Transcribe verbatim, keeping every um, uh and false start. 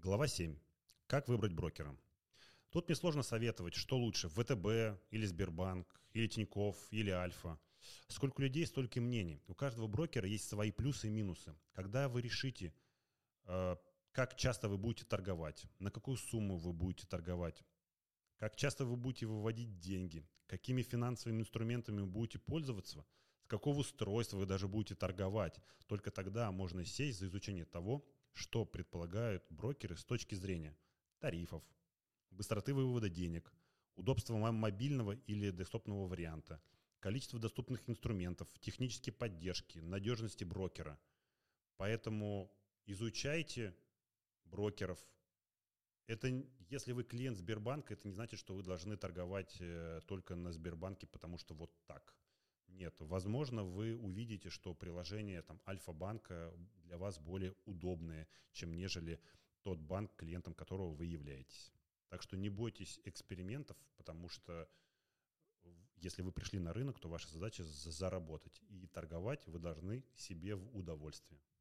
Глава семь. Как выбрать брокера? Тут мне сложно советовать, что лучше, вэ тэ бэ или Сбербанк, или Тинькофф, или Альфа. Сколько людей, столько и мнений. У каждого брокера есть свои плюсы и минусы. Когда вы решите, э, как часто вы будете торговать, на какую сумму вы будете торговать, как часто вы будете выводить деньги, какими финансовыми инструментами вы будете пользоваться, с какого устройства вы даже будете торговать, только тогда можно сесть за изучение того, что предполагают брокеры с точки зрения тарифов, быстроты вывода денег, удобства мо- мобильного или десктопного варианта, количество доступных инструментов, технической поддержки, надежности брокера. Поэтому изучайте брокеров. Это, н- если вы клиент Сбербанка, это не значит, что вы должны торговать э, только на Сбербанке, потому что вот так. Нет, возможно, вы увидите, что приложение там Альфа-банка для вас более удобное, чем нежели тот банк, клиентом которого вы являетесь. Так что не бойтесь экспериментов, потому что в- если вы пришли на рынок, то ваша задача за- заработать. И торговать вы должны себе в удовольствие.